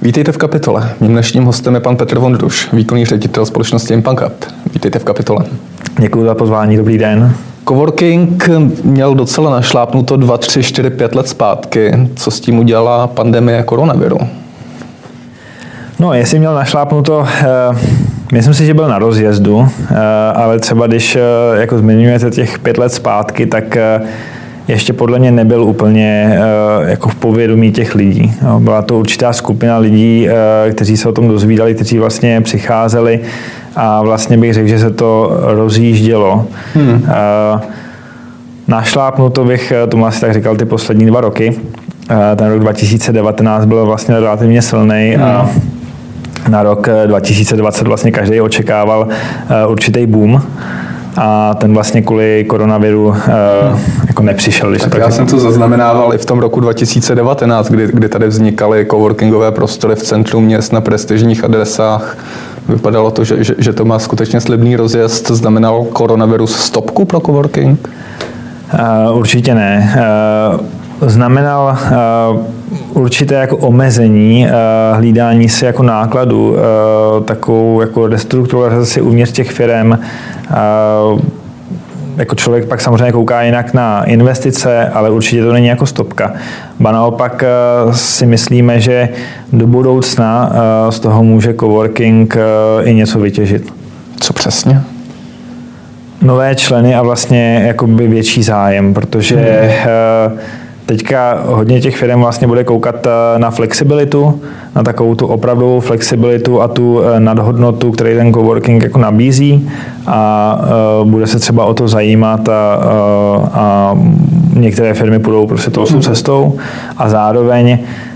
Vítejte v Kapitole. Mým dnešním hostem je pan Petr Vondruš, výkonný ředitel společnosti Impact. Vítejte v Kapitole. Děkuji za pozvání, dobrý den. Coworking měl docela našlápnuto 2, 3, 4, 5 let zpátky. Co s tím udělala pandemie koronaviru? No, jestli měl našlápnuto, myslím si, že byl na rozjezdu, ale třeba když jako zmiňujete těch 5 let zpátky, tak ještě podle mě nebyl úplně jako v povědomí těch lidí. Byla to určitá skupina lidí, kteří se o tom dozvídali, kteří vlastně přicházeli a vlastně bych řekl, že se to rozjíždělo. Našlápnuto bych, tomu asi tak říkal, ty poslední 2 roky. Ten rok 2019 byl vlastně relativně silný a na rok 2020 vlastně každý očekával určitý boom. A ten vlastně kvůli koronaviru jako nepřišel. Tak já jsem to zaznamenával i v tom roku 2019, kdy tady vznikaly coworkingové prostory v centru měst na prestižních adresách. Vypadalo to, že to má skutečně slibný rozjezd. Znamenal koronavirus stopku pro coworking? Určitě ne. Znamenal určité jako omezení, hlídání si jako nákladu, takovou jako restrukturalizaci uvnitř těch firem. Jako člověk pak samozřejmě kouká jinak na investice, ale určitě to není jako stopka. Ba naopak si myslíme, že do budoucna z toho může coworking i něco vytěžit. Co přesně? Nové členy a vlastně jakoby větší zájem, protože teďka hodně těch firm vlastně bude koukat na flexibilitu, na takovou tu opravdovou flexibilitu a tu nadhodnotu, který ten coworking jako nabízí a bude se třeba o to zajímat a některé firmy půjdou prostě tou cestou a zároveň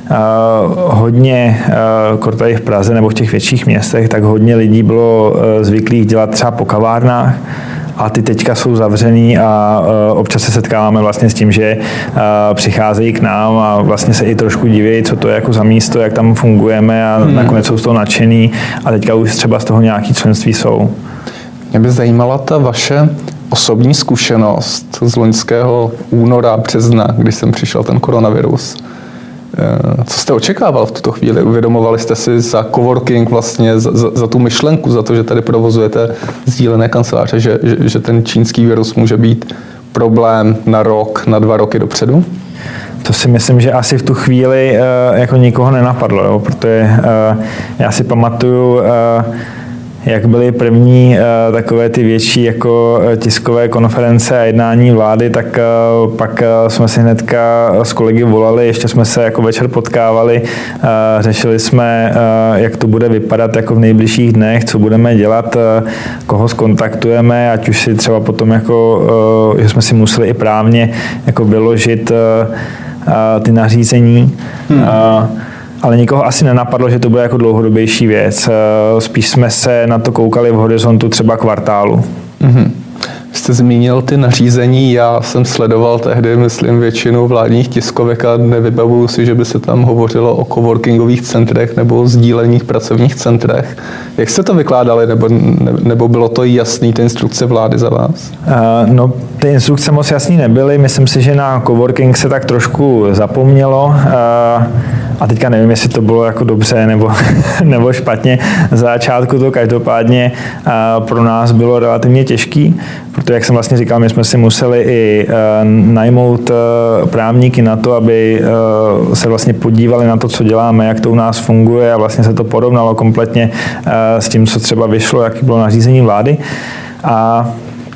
hodně, tady v Praze nebo v těch větších městech, tak hodně lidí bylo zvyklých dělat třeba po kavárnách, a ty teďka jsou zavřený a občas se setkáváme vlastně s tím, že přicházejí k nám a vlastně se i trošku diví, co to je jako za místo, jak tam fungujeme a nakonec jsou z toho nadšený a teďka už třeba z toho nějaký členství jsou. Mě by zajímala ta vaše osobní zkušenost z loňského února, března, když jsem přišel ten koronavirus. Co jste očekával v tuto chvíli? Uvědomovali jste si za coworking vlastně, za tu myšlenku, za to, že tady provozujete sdílené kanceláře, že ten čínský virus může být problém na rok, na 2 roky dopředu? To si myslím, že asi v tu chvíli jako nikoho nenapadlo, jo? Protože já si pamatuju, jak byly první takové ty větší jako tiskové konference a jednání vlády, tak pak jsme si hnedka s kolegy volali, ještě jsme se jako večer potkávali, řešili jsme, jak to bude vypadat jako v nejbližších dnech, co budeme dělat, koho zkontaktujeme, ať už si třeba potom jako, že jsme si museli i právně jako vyložit ty nařízení. Ale nikoho asi nenapadlo, že to bude jako dlouhodobější věc. Spíš jsme se na to koukali v horizontu třeba kvartálu. Jste zmínil ty nařízení, já jsem sledoval tehdy, myslím, většinu vládních tiskovek a nevybavuju si, že by se tam hovořilo o coworkingových centrech nebo o sdílených pracovních centrech. Jak jste to vykládali, nebo bylo to jasný, ty instrukce vlády za vás? No, ty instrukce moc jasný nebyly. Myslím si, že na coworking se tak trošku zapomnělo. A teďka nevím, jestli to bylo jako dobře nebo špatně. Za začátku to každopádně pro nás bylo relativně těžký, protože, jak jsem vlastně říkal, my jsme si museli i najmout právníky na to, aby se vlastně podívali na to, co děláme, jak to u nás funguje a vlastně se to porovnalo kompletně s tím, co třeba vyšlo, jaký bylo nařízení vlády. A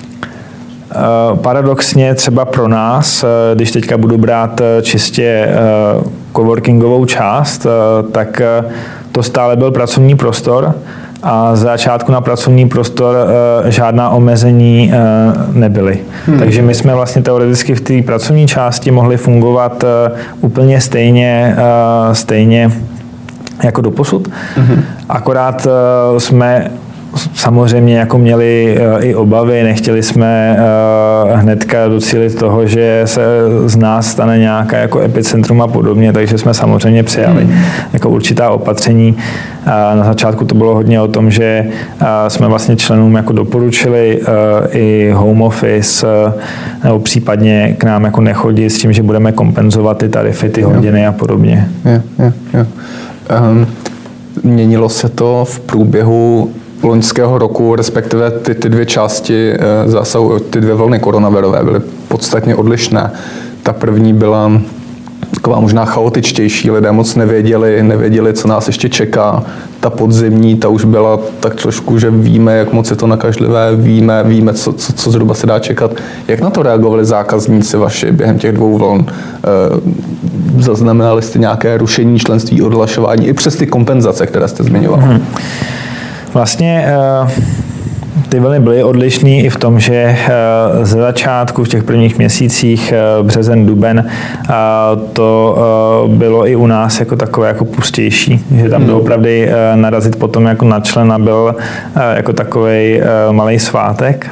paradoxně třeba pro nás, když teďka budu brát čistě coworkingovou část, tak to stále byl pracovní prostor a z začátku na pracovní prostor žádná omezení nebyly. Takže my jsme vlastně teoreticky v té pracovní části mohli fungovat úplně stejně jako doposud. Akorát jsme samozřejmě jako měli i obavy, nechtěli jsme hnedka docílit toho, že se z nás stane nějaká jako epicentrum a podobně, takže jsme samozřejmě přijali jako určitá opatření. Na začátku to bylo hodně o tom, že jsme vlastně členům jako doporučili i home office, nebo případně k nám jako nechodit s tím, že budeme kompenzovat ty tarify, ty hodiny a podobně. Jo. Měnilo se to v průběhu loňského roku, respektive ty dvě části zásahu, ty dvě vlny koronavirové byly podstatně odlišné. Ta první byla taková možná chaotičtější, lidé moc nevěděli, co nás ještě čeká. Ta podzimní, ta už byla tak trošku, že víme, jak moc je to nakažlivé, víme, co zhruba se dá čekat. Jak na to reagovali zákazníci vaši během těch dvou vln? Zaznamenali jste nějaké rušení členství, odhlašování i přes ty kompenzace, které jste zmiňoval? Vlastně ty vlny byly odlišný i v tom, že ze začátku v těch prvních měsících, březen, duben, to bylo i u nás jako takové jako pustější, že tam doopravdy narazit potom jako na člena byl jako takovej malej svátek.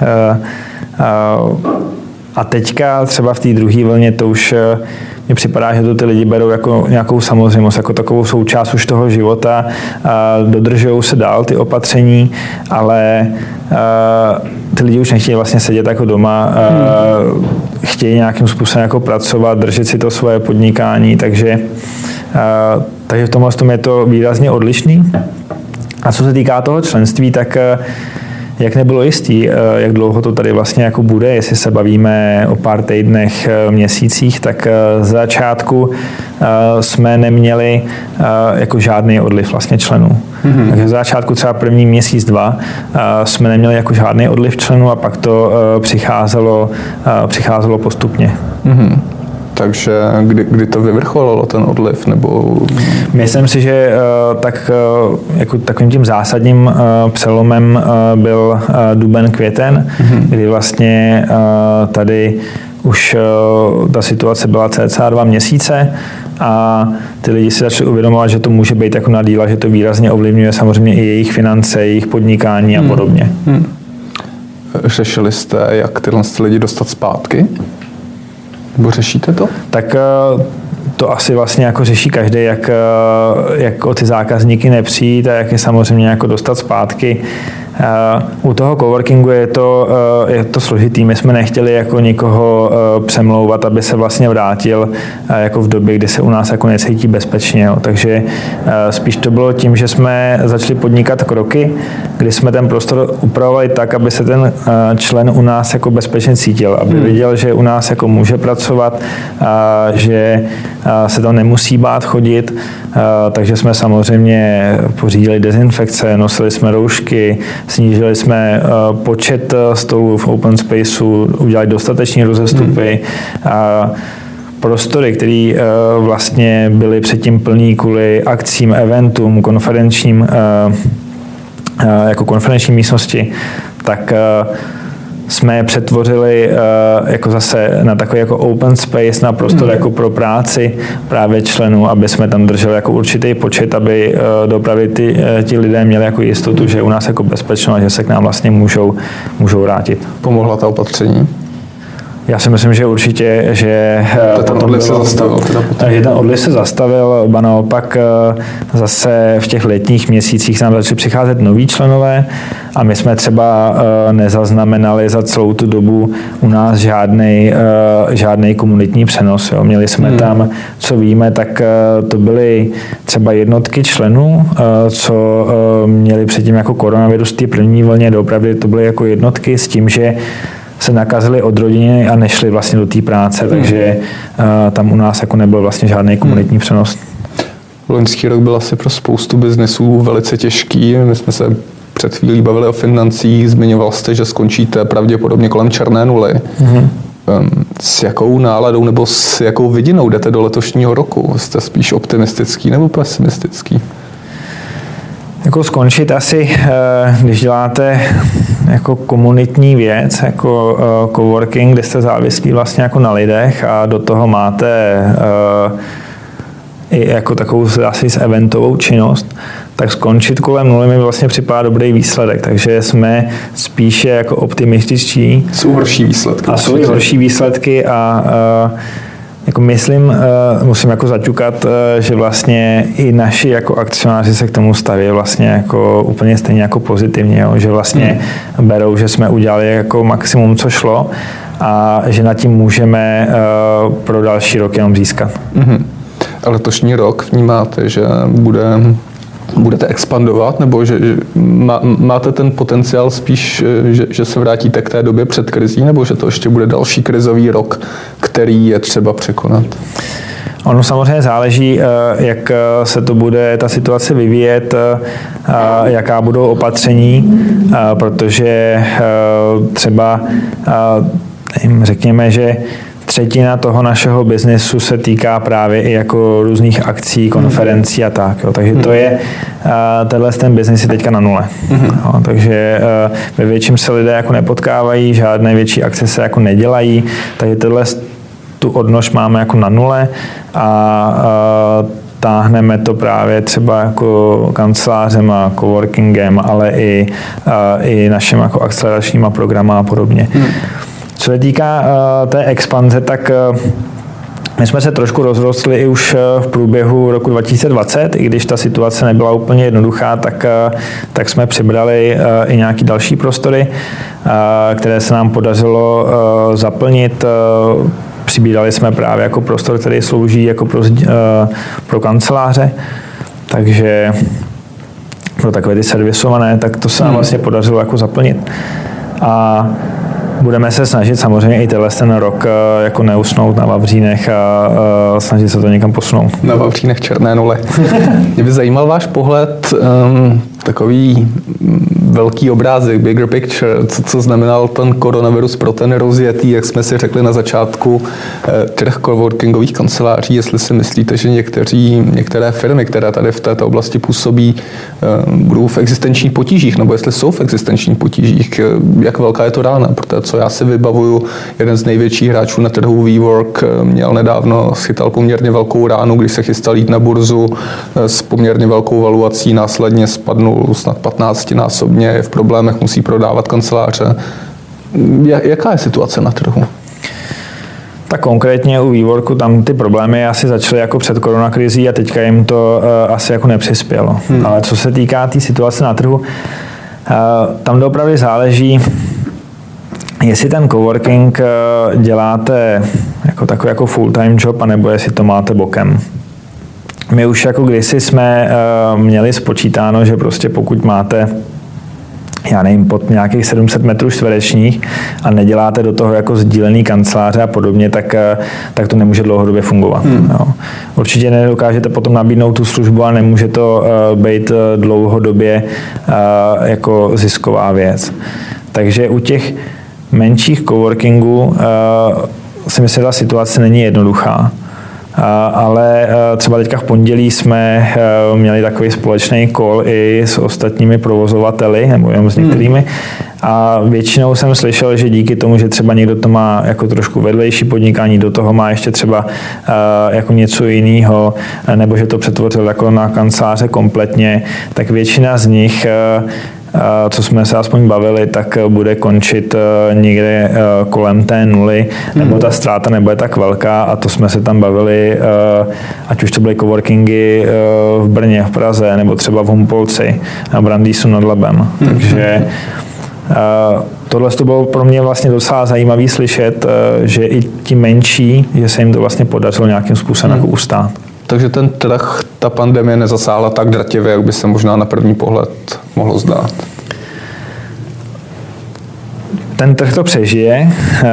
A teďka třeba v té druhé vlně to už mně připadá, že to ty lidi berou jako nějakou samozřejmost, jako takovou součást už toho života, dodržují se dál ty opatření, ale ty lidi už nechtějí vlastně sedět jako doma, chtějí nějakým způsobem jako pracovat, držet si to svoje podnikání, takže v tomhle tom je to výrazně odlišný. A co se týká toho členství, tak jak nebylo jistý, jak dlouho to tady vlastně jako bude, jestli se bavíme o pár týdnech, měsících, tak z začátku jsme neměli jako žádný odliv vlastně členů. Takže z začátku třeba první měsíc, dva jsme neměli jako žádný odliv členů a pak to přicházelo postupně. Takže kdy to vyvrcholilo, ten odliv? Nebo... Myslím si, že jako takovým tím zásadním přelomem byl duben, květen, kdy vlastně tady už ta situace byla cca 2 měsíce a ty lidi si začali uvědomovat, že to může být jako na díla, že to výrazně ovlivňuje samozřejmě i jejich finance, jejich podnikání a podobně. Řešili jste, jak tyhle lidi dostat zpátky? Nebo řešíte to? Tak to asi vlastně jako řeší každý, jak o ty zákazníky nepřijít a jak je samozřejmě jako dostat zpátky. U toho coworkingu je to složitý. My jsme nechtěli jako nikoho přemlouvat, aby se vlastně vrátil jako v době, kdy se u nás jako necítí bezpečně. Jo. Takže spíš to bylo tím, že jsme začali podnikat kroky, kdy jsme ten prostor upravovali tak, aby se ten člen u nás jako bezpečně cítil, aby viděl, že u nás jako může pracovat, že se tam nemusí bát chodit, takže jsme samozřejmě pořídili dezinfekce, nosili jsme roušky, snížili jsme počet stolů v open spaceu, udělali dostatečné rozestupy. Prostory, které vlastně byly předtím plný kvůli akcím, eventům, jako konferenční místnosti, tak jsme přetvořili jako zase na takový jako open space, na prostor jako pro práci právě členů, aby jsme tam drželi jako určitý počet, aby dopravy ti lidé měli jako jistotu, že u nás jako bezpečno a že se k nám vlastně můžou vrátit. Pomohla ta opatření? Já si myslím, že určitě, že ten odliv se zastavil. Že ten odliv se zastavil, ba naopak zase v těch letních měsících nám začali přicházet noví členové a my jsme třeba nezaznamenali za celou tu dobu u nás žádný komunitní přenos. Jo. Měli jsme tam, co víme, tak to byly třeba jednotky členů, co měli předtím jako koronavirus v té první vlně, doopravdy to byly jako jednotky s tím, že se nakazili od rodiny a nešli vlastně do té práce, takže tam u nás jako nebyl vlastně žádný komunitní přenos. Loňský rok byl asi pro spoustu biznesů velice těžký. My jsme se před chvílí bavili o financích, zmiňoval jste, že skončíte pravděpodobně kolem černé nuly. S jakou náladou nebo s jakou vidinou jdete do letošního roku? Jste spíš optimistický nebo pesimistický? Jako skončit asi, když děláte jako komunitní věc, jako coworking, kde jste závislí vlastně jako na lidech a do toho máte i jako takovou asi s eventovou činnost, tak skončit kolem nuly mi vlastně připadá dobrý výsledek, takže jsme spíše jako optimističtí. Jsou horší výsledky. A jsou i horší výsledky a jako myslím, musím jako zaťukat, že vlastně i naši jako akcionáři se k tomu staví vlastně jako úplně stejně jako pozitivně, jo? Že vlastně berou, že jsme udělali jako maximum, co šlo a že nad tím můžeme pro další rok jenom získat. letošní rok vnímáte, že budete expandovat, nebo že máte ten potenciál spíš, že se vrátíte k té době před krizí, nebo že to ještě bude další krizový rok, který je třeba překonat? Ono samozřejmě záleží, jak se to bude ta situace vyvíjet, jaká budou opatření, protože třeba řekněme, že třetina toho našeho biznesu se týká právě i jako různých akcí, konferencí a tak. Jo. Takže to je, ten biznis je teďka na nule. Jo, takže ve větším se lidé jako nepotkávají, žádné větší akce se jako nedělají, takže tu odnož máme jako na nule a táhneme to právě třeba jako kancelářem a coworkingem, ale i našim jako akceleračníma programa a podobně. Co se týká té expanze, tak my jsme se trošku rozrostli i už v průběhu roku 2020, i když ta situace nebyla úplně jednoduchá, tak jsme přibrali i nějaké další prostory, které se nám podařilo zaplnit. Přibírali jsme právě jako prostor, který slouží jako pro kanceláře, takže pro takové ty servisované, tak to se nám vlastně podařilo jako zaplnit. A budeme se snažit samozřejmě i ten rok jako neusnout na Vavřínech a snažit se to někam posunout. Na Vavřínech černé nule. Mě by zajímal váš pohled, takový velký obrázek, bigger picture, co znamenal ten koronavirus pro ten rozjetý, jak jsme si řekli na začátku, trh coworkingových kanceláří, jestli si myslíte, že některé firmy, které tady v této oblasti působí, budou v existenčních potížích, nebo jestli jsou v existenčních potížích, jak velká je to rána, protože co já si vybavuju, jeden z největších hráčů na trhu WeWork měl nedávno, schytal poměrně velkou ránu, když se chystal jít na burzu s poměrně velkou valuací, následně spadnul snad 15násobně, je v problémech, musí prodávat kanceláře. Jaká je situace na trhu? Tak konkrétně u WeWorku tam ty problémy asi začaly jako před koronakrizí a teďka jim to asi jako nepřispělo. Ale co se týká té situace na trhu, tam doopravdy záleží, jestli ten coworking děláte jako takový jako full-time job, anebo jestli to máte bokem. My už jako kdysi jsme měli spočítáno, že prostě pokud máte, já nevím, pod nějakých 700 metrů čtverečních a neděláte do toho jako sdílený kanceláře a podobně, tak to nemůže dlouhodobě fungovat. Jo. Určitě nedokážete potom nabídnout tu službu a nemůže to být dlouhodobě jako zisková věc. Takže u těch menších coworkingů si myslím, že ta situace není jednoduchá. Ale třeba teďka v pondělí jsme měli takový společný call i s ostatními provozovateli, nebo jenom s některými. A většinou jsem slyšel, že díky tomu, že třeba někdo to má jako trošku vedlejší podnikání, do toho má ještě třeba jako něco jiného, nebo že to přetvořil jako na kanceláře kompletně, tak většina z nich co jsme se aspoň bavili, tak bude končit někde kolem té nuly, nebo ta ztráta nebude tak velká a to jsme se tam bavili, ať už to byly coworkingy v Brně, v Praze, nebo třeba v Humpolci, na Brandýsu nad Labem. Takže tohle to bylo pro mě vlastně docela zajímavý slyšet, že i ti menší, že se jim to vlastně podařilo nějakým způsobem jako ustát. Takže ten trh, ta pandemie nezasáhla tak drtivě, jak by se možná na první pohled mohlo zdát. Ten trh to přežije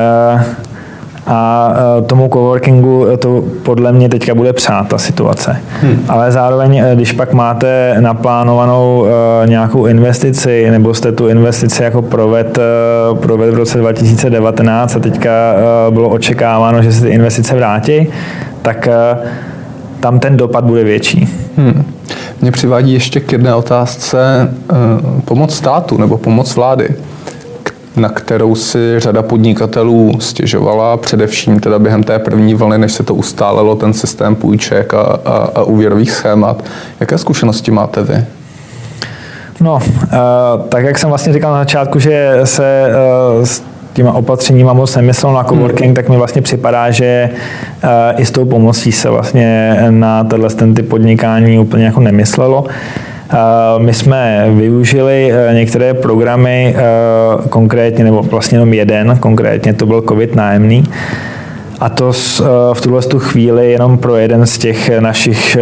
a tomu coworkingu to podle mě teďka bude přát ta situace. Ale zároveň, když pak máte naplánovanou nějakou investici, nebo jste tu investici jako proved v roce 2019 a teďka bylo očekáváno, že se ty investice vrátí, tak tam ten dopad bude větší. Mě přivádí ještě k jedné otázce pomoc státu nebo pomoc vlády, na kterou si řada podnikatelů stěžovala, především teda během té první vlny, než se to ustálelo, ten systém půjček a úvěrových schémat. Jaké zkušenosti máte vy? No, tak jak jsem vlastně říkal na začátku, že se těma opatřeníma moc nemyslel na coworking, tak mi vlastně připadá, že i s tou pomocí se vlastně na ten typ podnikání úplně jako nemyslelo. My jsme využili některé programy konkrétně, nebo vlastně jenom jeden, konkrétně to byl COVID nájemný. A to v tuhle chvíli jenom pro jeden z těch našich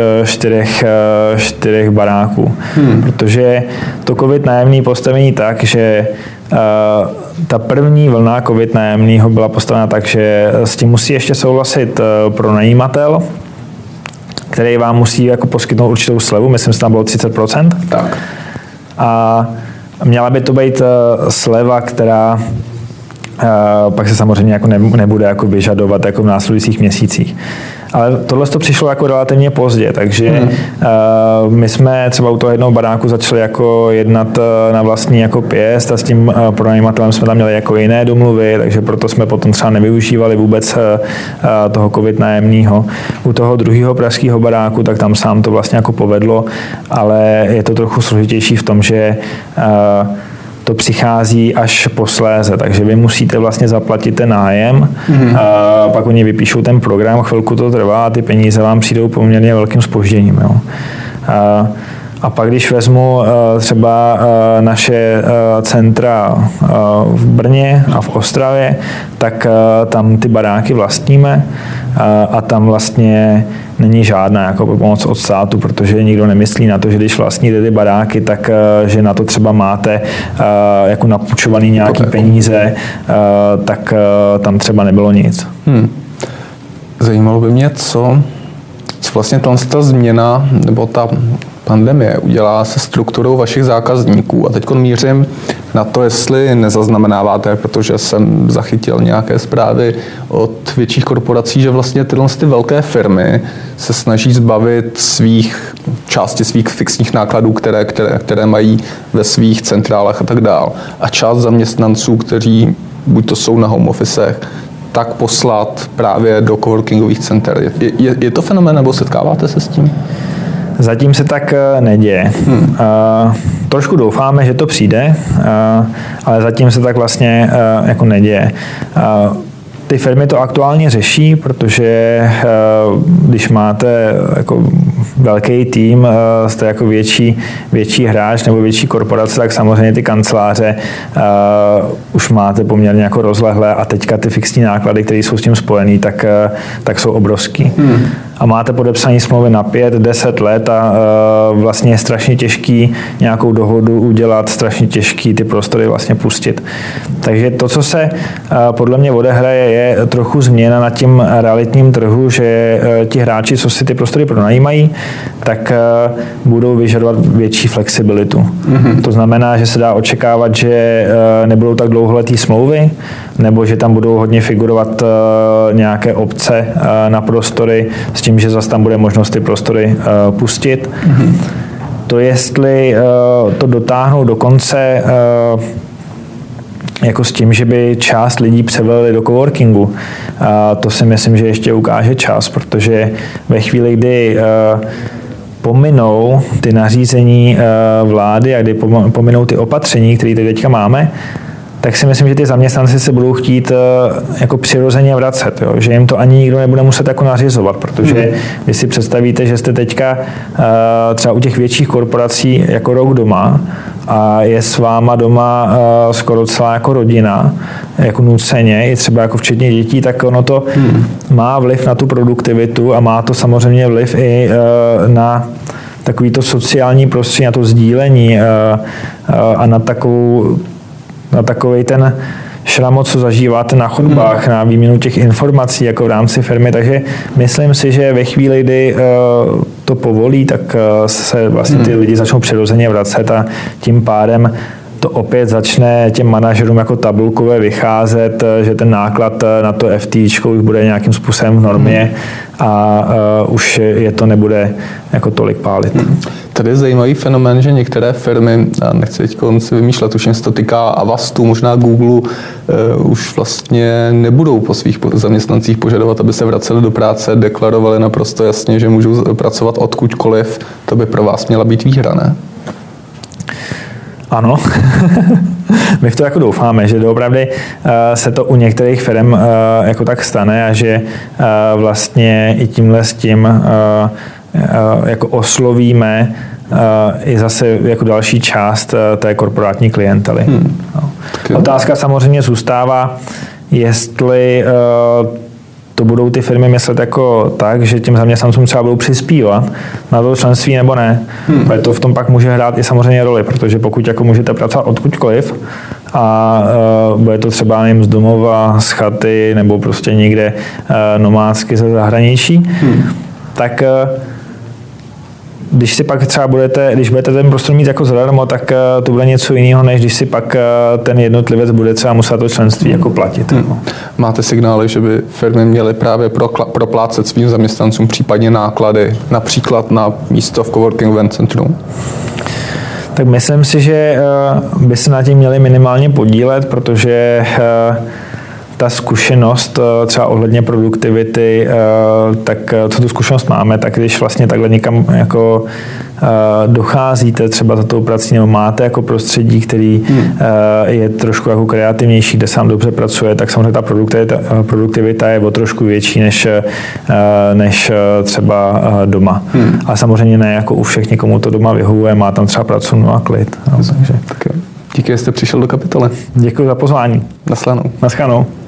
čtyřech baráků. Protože to COVID nájemný postavení tak, že ta první vlna COVID nájemného byla postavena tak, že s tím musí ještě souhlasit pronajímatel, který vám musí jako poskytnout určitou slevu, myslím, že tam bylo 30%. Tak. A měla by to být sleva, která pak se samozřejmě jako nebude jako vyžadovat jako v následujících měsících. Ale tohle to přišlo jako relativně pozdě, takže my jsme třeba u toho jednoho baráku začali jako jednat na vlastní jako pěst a s tím pronajímatelem jsme tam měli jako jiné domluvy, takže proto jsme potom třeba nevyužívali vůbec toho COVID nájemního. U toho druhého pražského baráku, tak tam sám to vlastně jako povedlo, ale je to trochu složitější v tom, že to přichází až posléze, takže vy musíte vlastně zaplatit ten nájem, pak oni vypíšou ten program, chvilku to trvá a ty peníze vám přijdou poměrně velkým zpožděním. Jo. A pak když vezmu třeba naše centra v Brně a v Ostravě, tak tam ty baráky vlastníme a tam vlastně není žádná jako pomoc od státu, protože nikdo nemyslí na to, že když vlastníte ty baráky, tak že na to třeba máte jako napůjčovaný nějaký peníze, tak tam třeba nebylo nic. Zajímalo by mě, co vlastně ta změna nebo ta pandemie udělá se strukturou vašich zákazníků. A teď mířím na to, jestli nezaznamenáváte, protože jsem zachytil nějaké zprávy od větších korporací, že vlastně tyhle velké firmy se snaží zbavit části svých fixních nákladů, které mají ve svých centrálech a tak dál. A část zaměstnanců, kteří buď to jsou na home officech, tak poslat právě do coworkingových center. Je to fenomén, nebo setkáváte se s tím? Zatím se tak neděje. Trošku doufáme, že to přijde, ale zatím se tak vlastně jako neděje. Ty firmy to aktuálně řeší, protože když máte jako velký tým, jste jako větší hráč nebo větší korporace, tak samozřejmě ty kanceláře už máte poměrně jako rozlehlé a teďka ty fixní náklady, které jsou s tím spojený, tak jsou obrovský. A máte podepsané smlouvy na 5-10 let a vlastně je strašně těžký nějakou dohodu udělat, strašně těžký ty prostory vlastně pustit. Takže to, co se podle mě odehraje, je trochu změna na tím realitním trhu, že ti hráči, co si ty prostory pronajímají, tak budou vyžadovat větší flexibilitu. To znamená, že se dá očekávat, že nebudou tak dlouholetý smlouvy, nebo že tam budou hodně figurovat nějaké opce na prostory s tím, že zase tam bude možnost ty prostory pustit. To jestli to dotáhnou do konce jako s tím, že by část lidí převelili do coworkingu, to si myslím, že ještě ukáže čas, protože ve chvíli, kdy pominou ty nařízení vlády a kdy pominou ty opatření, které teďka máme, tak si myslím, že ty zaměstnanci se budou chtít jako přirozeně vracet, jo? Že jim to ani nikdo nebude muset jako nařizovat, protože vy si představíte, že jste teďka třeba u těch větších korporací jako rok doma a je s váma doma skoro celá jako rodina, jako nuceně, i třeba jako včetně dětí, tak ono to má vliv na tu produktivitu a má to samozřejmě vliv i na takový to sociální prostředí, na to sdílení a na takový ten šramot, co zažíváte na chodbách, na výměnu těch informací jako v rámci firmy. Takže myslím si, že ve chvíli, kdy to povolí, tak se vlastně ty lidi začnou přirozeně vracet a tím pádem to opět začne těm manažerům jako tabulkové vycházet, že ten náklad na to FTčko už bude nějakým způsobem v normě a už je to nebude jako tolik pálit. Tady je zajímavý fenomén, že některé firmy, a nechci teď si vymýšlet, už jen se to týká Avastu, možná Google, už vlastně nebudou po svých zaměstnancích požadovat, aby se vraceli do práce, deklarovali naprosto jasně, že můžou pracovat odkudkoliv. To by pro vás měla být výhra, ne? Ano, my v to jako doufáme, že doopravdy se to u některých firm jako tak stane a že vlastně i tímhle s tím jako oslovíme i zase jako další část té korporátní klientely. Otázka samozřejmě zůstává, jestli to budou ty firmy myslet jako tak, že těm zaměstnancům třeba budou přispívat na to členství nebo ne. Ale to v tom pak může hrát i samozřejmě roli, protože pokud jako můžete pracovat odkudkoliv a bude to třeba nevím, z domova, z chaty nebo prostě někde nomádsky ze zahraničí, tak když si pak třeba když budete ten prostor mít jako zadarmo, tak to bude něco jiného, než když si pak ten jednotlivec bude třeba muset to členství jako platit. Máte signály, že by firmy měly právě proplácet svým zaměstnancům případně náklady, například na místo v coworking event centru? Tak myslím si, že by se na tím měli minimálně podílet, protože ta zkušenost třeba ohledně produktivity, tak co tu zkušenost máme, tak když vlastně takhle někam jako docházíte třeba za tou prací nebo máte jako prostředí, který je trošku jako kreativnější, kde sám dobře pracuje, tak samozřejmě ta produktivita je o trošku větší než třeba doma. A samozřejmě ne jako u všech, někomu to doma vyhovuje, má tam třeba pracovnu a klid. Takže. Díky, že jste přišel do Kapitoly. Děkuji za pozvání. Naschledanou. Naschledanou.